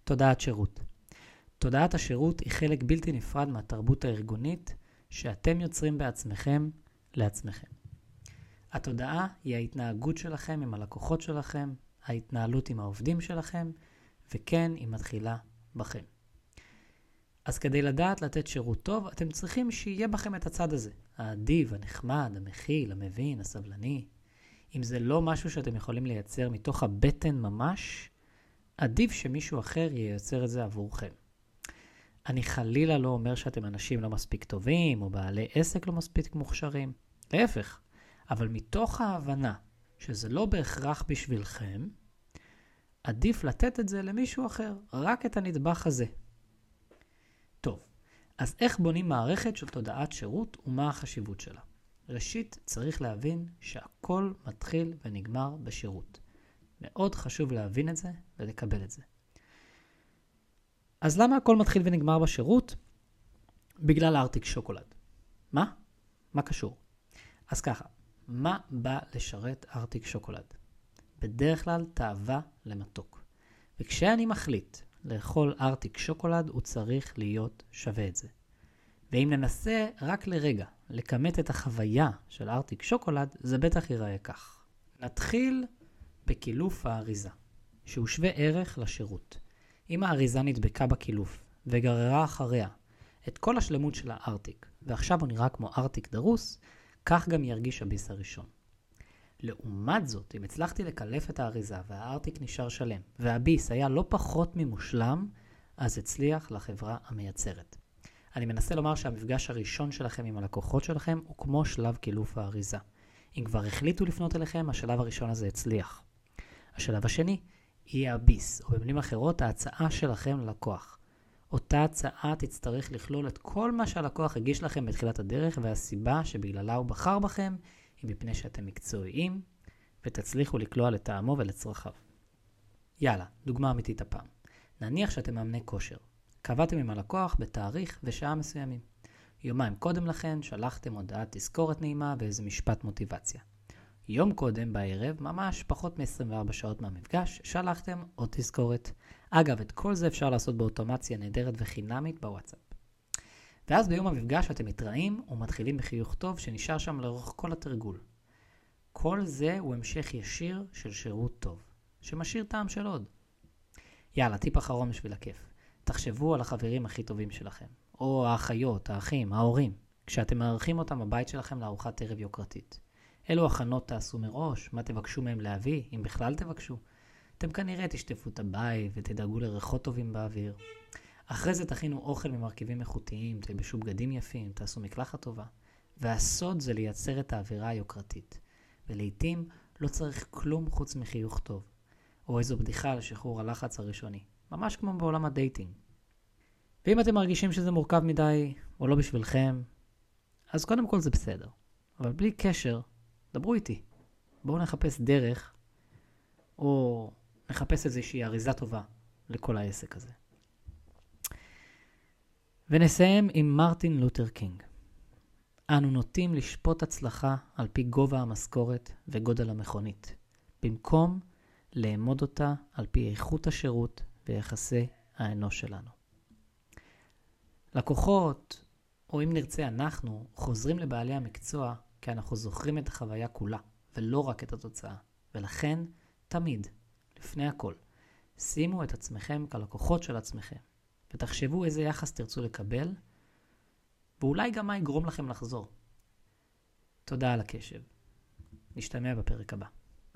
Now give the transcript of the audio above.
תודעת שירות. תודעת השירות היא חלק בלתי נפרד מהתרבות הארגונית שאתם יוצרים בעצמכם לעצמכם. התודעה היא ההתנהגות שלכם עם הלקוחות שלכם, ההתנהלות עם העובדים שלכם, וכן היא מתחילה בכם. אז כדי לדעת לתת שירות טוב, אתם צריכים שיהיה בכם את הצד הזה. האדיב, הנחמד, המכיל, המבין, הסבלני. אם זה לא משהו שאתם יכולים לייצר מתוך הבטן ממש, עדיף שמישהו אחר ייצר את זה עבורכם. אני חלילה לא אומר שאתם אנשים לא מספיק טובים, או בעלי עסק לא מספיק מוכשרים. להפך. אבל מתוך ההבנה שזה לא בהכרח בשבילכם, עדיף לתת את זה למישהו אחר, רק את הנדבך הזה. טוב, אז איך בונים מערכת של תודעת שירות ומה החשיבות שלה? ראשית, צריך להבין שהכל מתחיל ונגמר בשירות. מאוד חשוב להבין את זה ולקבל את זה. אז למה הכל מתחיל ונגמר בשירות? בגלל ארטיק שוקולד. מה? מה קשור? אז ככה, מה בא לשרת ארטיק שוקולד? בדרך כלל תאווה למתוק. וכשאני מחליט לאכול ארטיק שוקולד, הוא צריך להיות שווה את זה. ואם ננסה רק לרגע לקמת את החוויה של ארטיק שוקולד, זה בטח ייראה כך. נתחיל בקילוף האריזה, שהוא שווה ערך לשירות. אם האריזה נדבקה בקילוף וגררה אחריה את כל השלמות של הארטיק, ועכשיו הוא נראה כמו ארטיק דרוס, כך גם ירגיש הביס הראשון. לעומת זאת, אם הצלחתי לקלף את האריזה והארטיק נשאר שלם, והביס היה לא פחות ממושלם, אז הצליח לחברה המייצרת. אני מנסה לומר שהמפגש הראשון שלכם עם הלקוחות שלכם הוא כמו שלב קילוף האריזה. אם כבר החליטו לפנות אליכם, השלב הראשון הזה הצליח. השלב השני היא הביס, או במילים אחרות, ההצעה שלכם ללקוח. אותה הצעה תצטרך לכלול את כל מה שהלקוח הגיש לכם בתחילת הדרך, והסיבה שבגללה הוא בחר בכם היא מפני שאתם מקצועיים, ותצליחו לקלוע לטעמו ולצרכיו. יאללה, דוגמה אמיתית הפעם. נניח שאתם מאמני כושר. קבעתם עם הלקוח בתאריך ושעה מסוימים. יומיים קודם לכן שלחתם הודעת תזכורת נעימה ואיזה משפט מוטיבציה. יום קודם בערב, ממש פחות מ-24 שעות מהמפגש, שלחתם עוד תזכורת. אגב, את כל זה אפשר לעשות באוטומציה נהדרת וחינמית בוואטסאפ. ואז ביום המפגש אתם מתראים ומתחילים בחיוך טוב שנשאר שם לאורך כל התרגול. כל זה הוא המשך ישיר של שירות טוב, שמשאיר טעם של עוד. יאללה, טיפ אחרון בשביל הכיף. תחשבו על החברים הכי טובים שלכם, או האחיות, האחים, ההורים, כשאתם מארחים אותם בבית שלכם לארוחת ערב יוקרתית. אילו הכנות תעשו מראש, מה תבקשו מהם להביא, אם בכלל תבקשו. אתם כנראה תשטפו את הבית ותדאגו לריחות טובים באוויר. אחרי זה תכינו אוכל ממרכיבים איכותיים, תלבשו בגדים יפים, תעשו מקלחת טובה. והסוד זה לייצר את האווירה היוקרתית. ולעיתים לא צריך כלום חוץ מחיוך טוב. או איזו בדיחה לשחרור הלחץ הראשוני. ממש כמו בעולם הדייטינג. ואם אתם מרגישים שזה מורכב מדי או לא בשבילכם, אז קודם כל זה בסדר. אבל בלי קשר, דברו איתי. בואו נחפש דרך, או נחפש איזושהי אריזה טובה לכל העסק הזה. ונסיים עם מרטין לותר קינג. אנו נוטים לשפוט הצלחה על פי גובה המשכורת וגודל המכונית, במקום לאמוד אותה על פי איכות השירות ויחסי האנוש שלנו. לקוחות, או אם נרצה אנחנו, חוזרים לבעלי המקצוע כי אנחנו זוכרים את החוויה כולה, ולא רק את התוצאה. ולכן, תמיד, לפני הכל, שימו את עצמכם כלקוחות של עצמכם, ותחשבו איזה יחס תרצו לקבל, ואולי גם מה יגרום לכם לחזור. תודה על הקשב. נשתמע בפרק הבא.